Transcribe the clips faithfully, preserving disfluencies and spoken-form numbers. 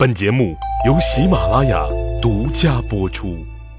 本节目由喜马拉雅独家播出。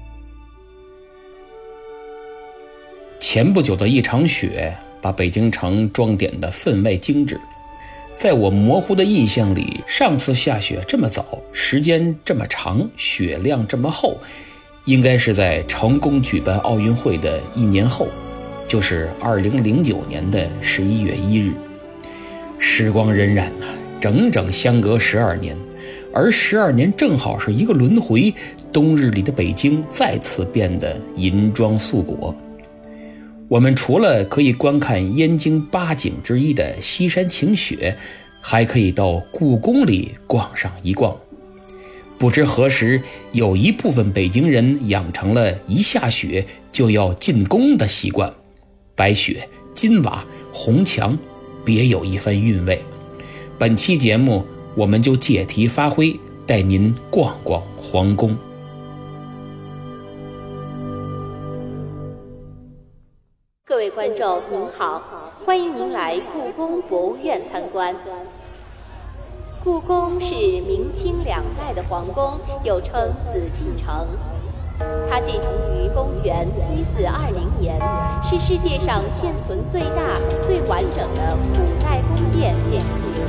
前不久的一场雪把北京城装点得分外精致。在我模糊的印象里，上次下雪这么早，时间这么长，雪量这么厚，应该是在成功举办奥运会的一年后，就是二零零九年的十一月一日。时光荏苒啊，整整相隔十二年，而十二年正好是一个轮回，冬日里的北京再次变得银装素裹。我们除了可以观看燕京八景之一的西山晴雪，还可以到故宫里逛上一逛。不知何时，有一部分北京人养成了一下雪就要进宫的习惯，白雪、金瓦、红墙，别有一番韵味。本期节目我们就借题发挥，带您逛逛皇宫。 各位观众您好，欢迎您来故宫博物院参观。故宫是明清两代的皇宫，又称紫禁城。它建成于公元一四二零年，是世界上现存最大、最完整的古代宫殿建筑群。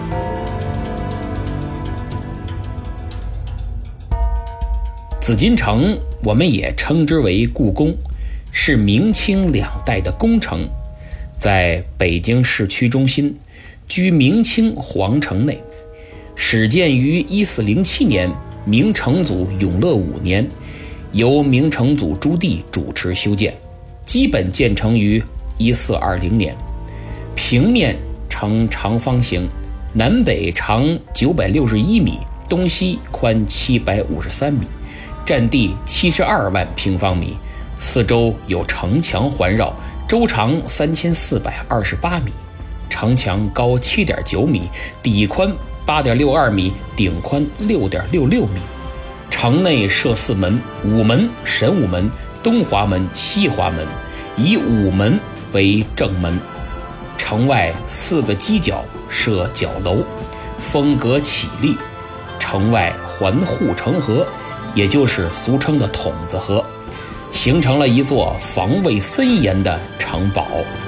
紫禁城我们也称之为故宫，是明清两代的宫城，在北京市区中心，居明清皇城内，始建于一四零七年，明成祖永乐五年，由明成祖朱棣主持修建，基本建成于一四二零年。平面呈长方形，南北长九百六十一米，东西宽七百五十三米，占地七十二万平方米，四周有城墙环绕，周长三千四百二十八米，城墙高七点九米，底宽八点六二米，顶宽六点六六米。城内设四门，午门、神武门、东华门、西华门，以午门为正门。城外四个犄角设角楼，风格绮丽。城外环护城河，也就是俗称的筒子河，形成了一座防卫森严的城堡。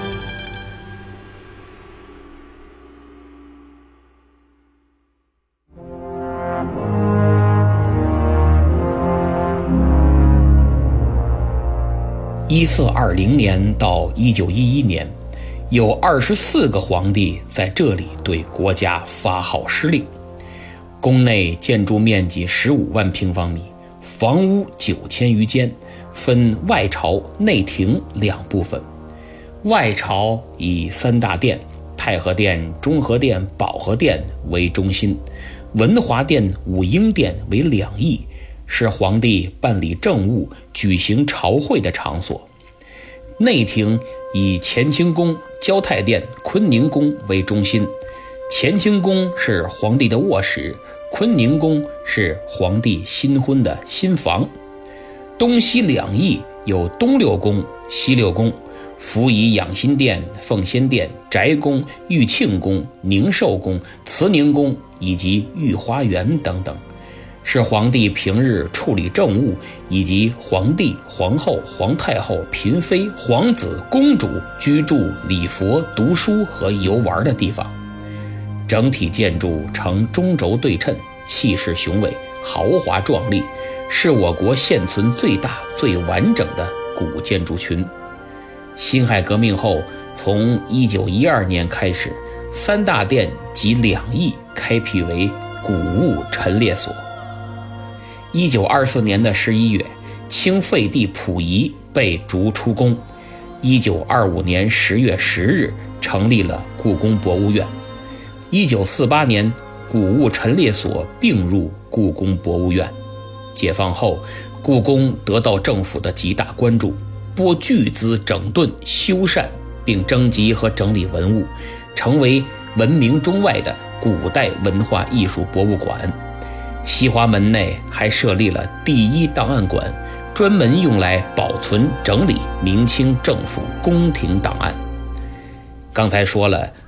一四二零年到一九一一年，有二十四个皇帝在这里对国家发号施令。宫内建筑面积十五万平方米，房屋九千余间，分外朝、内廷两部分。外朝以三大殿太和殿、中和殿、保和殿为中心，文华殿、武英殿为两翼，是皇帝办理政务、举行朝会的场所。内廷以乾清宫、交泰殿、坤宁宫为中心，乾清宫是皇帝的卧室，坤宁宫是皇帝新婚的新房。东西两翼有东六宫、西六宫，辅以养心殿、奉先殿、宅宫、裕庆宫、宁寿宫、慈宁宫以及御花园等等，是皇帝平日处理政务以及皇帝、皇后、皇太后、嫔妃、皇子、公主居住、礼佛、读书和游玩的地方。整体建筑呈中轴对称，气势雄伟，豪华壮丽，是我国现存最大最完整的古建筑群。辛亥革命后，从一九一二年开始，三大殿及两翼开辟为古物陈列所。一九二四年的十一月，清废帝溥仪被逐出宫。一九二五年十月十日，成立了故宫博物院。一九四八年，古物陈列所并入故宫博物院。解放后，故宫得到政府的极大关注，拨巨资整顿、修缮，并征集和整理文物，成为闻名中外的古代文化艺术博物馆。西华门内还设立了第一档案馆，专门用来保存整理明清政府宫廷档案。刚才说了，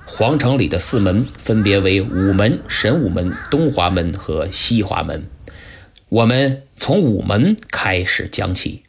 皇城里的四门分别为午门、神武门、东华门和西华门。我们从午门开始讲起。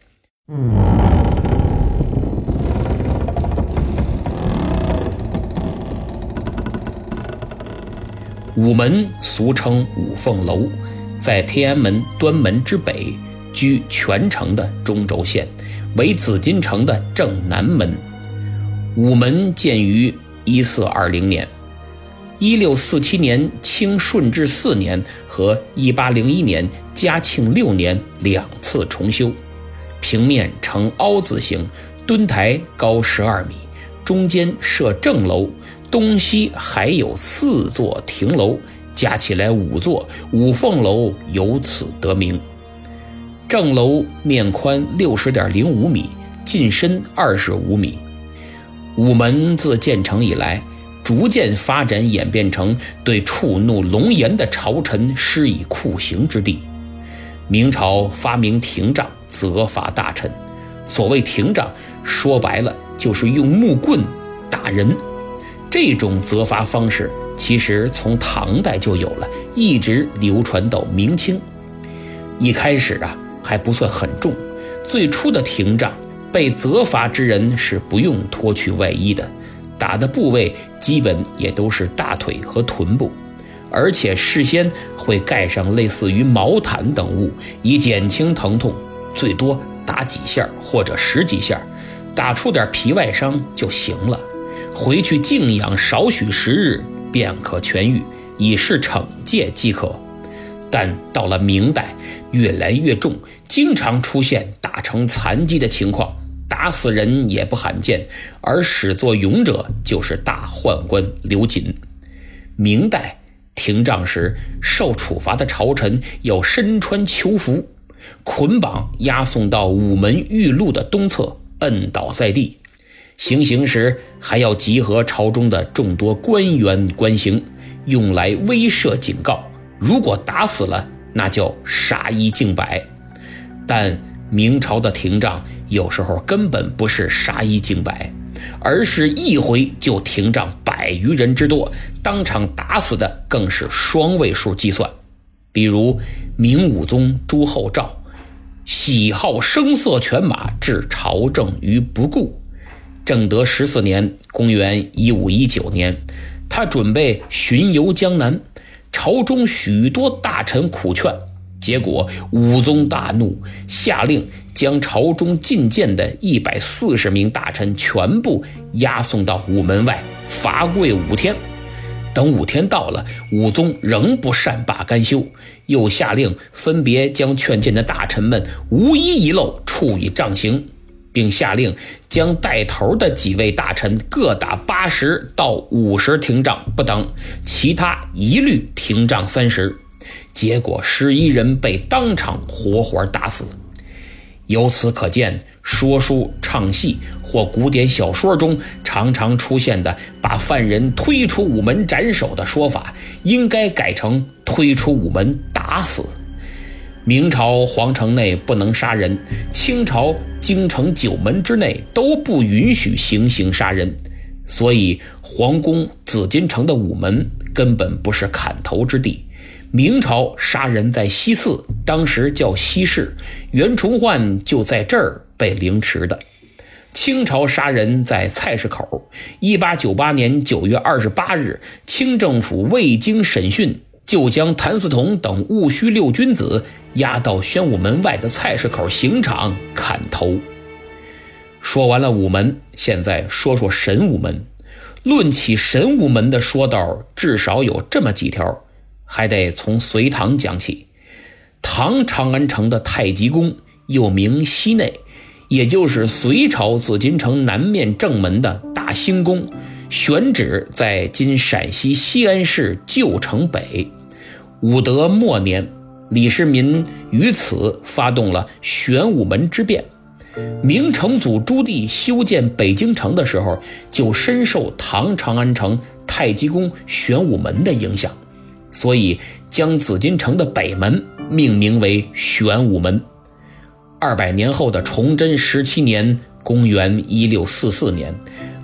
午门俗称五凤楼，在天安门端门之北，居全城的中轴线，为紫禁城的正南门。午门建于一四二零年，一六四七年清顺治四年和一八零一年嘉庆六年两次重修，平面呈凹字形，墩台高十二米，中间设正楼，东西还有四座亭楼，加起来五座，五凤楼由此得名。正楼面宽 六十点零五米，进深二十五米。午门自建成以来，逐渐发展演变成对触怒龙颜的朝臣施以酷刑之地。明朝发明廷杖，责罚大臣。所谓廷杖，说白了就是用木棍打人。这种责罚方式其实从唐代就有了，一直流传到明清。一开始啊还不算很重，最初的廷杖被责罚之人是不用脱去外衣的，打的部位基本也都是大腿和臀部，而且事先会盖上类似于毛毯等物，以减轻疼痛，最多打几下或者十几下，打出点皮外伤就行了，回去静养少许时日便可痊愈，以示惩戒即可。但到了明代，越来越重，经常出现打成残疾的情况，打死人也不罕见，而始作俑者就是大宦官刘瑾。明代廷杖时，受处罚的朝臣要身穿囚服，捆绑押送到午门御路的东侧，摁倒在地。行刑时还要集合朝中的众多官员官刑，用来威慑警告，如果打死了，那叫杀一儆百。但明朝的廷杖有时候根本不是杀一儆百，而是一回就廷杖百余人之多，当场打死的更是双位数计算。比如明武宗朱厚照，喜好声色犬马，置朝政于不顾。正德十四年，公元一五一九年，他准备巡游江南，朝中许多大臣苦劝，结果武宗大怒，下令将朝中进谏的一百四十名大臣全部押送到午门外罚跪五天。等五天到了，武宗仍不善罢甘休，又下令分别将劝谏的大臣们无一遗漏处以杖刑，并下令将带头的几位大臣各打八十到五十廷杖不等，其他一律廷杖三十。结果十一人被当场活活打死。由此可见，说书唱戏或古典小说中常常出现的把犯人推出午门斩首的说法，应该改成推出午门打死。明朝皇城内不能杀人，清朝京城九门之内都不允许行刑杀人，所以皇宫紫禁城的午门根本不是砍头之地。明朝杀人在西四，当时叫西市，袁崇焕就在这儿被凌迟的。清朝杀人在菜市口，一八九八年九月二十八日，清政府未经审讯，就将谭嗣同等戊戌六君子押到宣武门外的菜市口刑场砍头。说完了午门，现在说说神武门。论起神武门的说道，至少有这么几条，还得从隋唐讲起。唐长安城的太极宫又名西内，也就是隋朝紫禁城南面正门的大兴宫，选址在今陕西西安市旧城北。武德末年，李世民于此发动了玄武门之变。明成祖朱棣修建北京城的时候，就深受唐长安城太极宫玄武门的影响，所以将紫禁城的北门命名为玄武门。二百年后的崇祯十七年，公元一六四四年，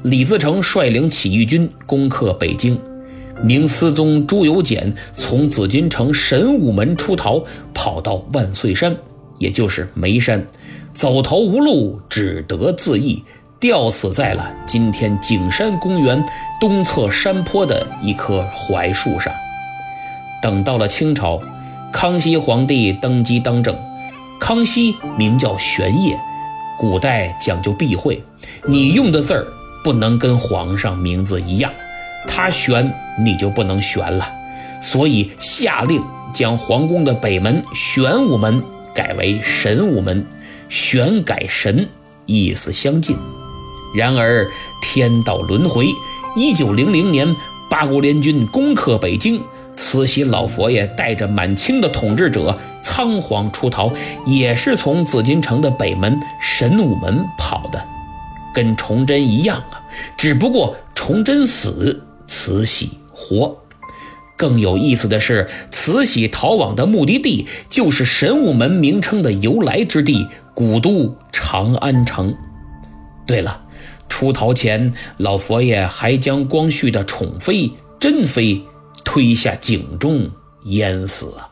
李自成率领起义军攻克北京，明思宗朱由检从紫禁城神武门出逃，跑到万岁山，也就是眉山，走投无路，只得自缢，吊死在了今天景山公园东侧山坡的一棵槐树上。等到了清朝，康熙皇帝登基当政，康熙名叫玄烨，古代讲究避讳，你用的字儿不能跟皇上名字一样，他玄你就不能玄了，所以下令将皇宫的北门玄武门改为神武门，玄改神，意思相近。然而天道轮回，一九零零年八国联军攻克北京，慈禧老佛爷带着满清的统治者仓皇出逃，也是从紫禁城的北门神武门跑的，跟崇祯一样啊，只不过崇祯死，慈禧活。更有意思的是，慈禧逃往的目的地就是神武门名称的由来之地，古都长安城。对了，出逃前老佛爷还将光绪的宠妃珍妃推下井中淹死了。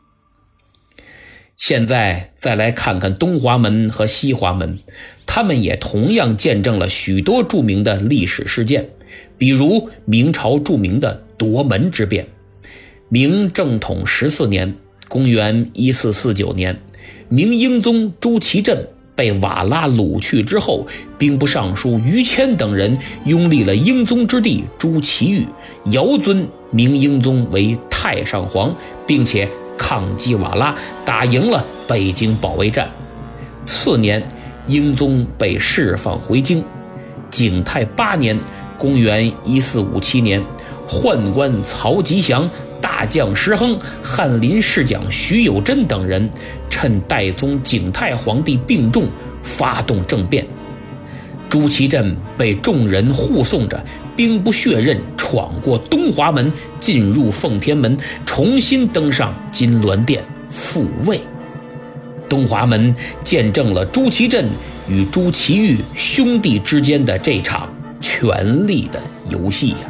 现在再来看看东华门和西华门，他们也同样见证了许多著名的历史事件，比如明朝著名的夺门之变。明正统十四年，公元一四四九年，明英宗朱祁镇被瓦剌掳去之后，兵部尚书于谦等人拥立了英宗之弟朱祁钰，遥尊明英宗为太上皇，并且抗击瓦剌，打赢了北京保卫战。次年，英宗被释放回京。景泰八年，公元一四五七年，宦官曹吉祥、大将石亨、翰林侍讲徐有贞等人趁代宗景泰皇帝病重，发动政变。朱祁镇被众人护送着，兵不血刃闯过东华门，进入奉天门，重新登上金銮殿复位。东华门见证了朱祁镇与朱祁钰兄弟之间的这场权力的游戏呀。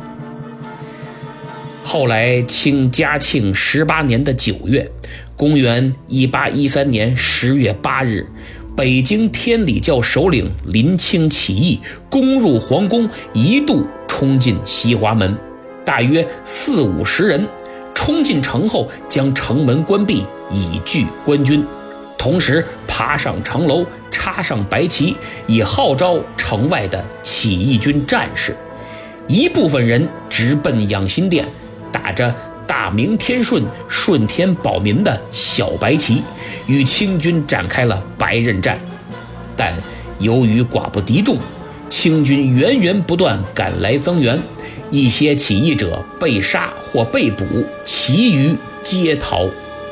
后来清嘉庆十八年的九月，公元一八一三年十月八日，北京天理教首领林清起义，攻入皇宫，一度冲进西华门，大约四五十人。冲进城后，将城门关闭，以拒官军，同时爬上城楼，插上白旗，以号召城外的起义军战士。一部分人直奔养心殿，打着大明天顺、顺天保民的小白旗，与清军展开了白刃战。但由于寡不敌众，清军源源不断赶来增援，一些起义者被杀或被捕，其余皆逃。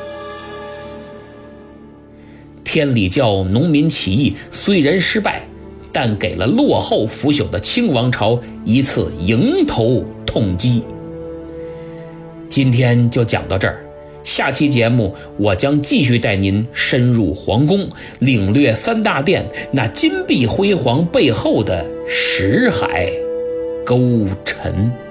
天理教农民起义虽然失败，但给了落后腐朽的清王朝一次迎头痛击。今天就讲到这儿，下期节目我将继续带您深入皇宫，领略三大殿那金碧辉煌背后的石海沟沉。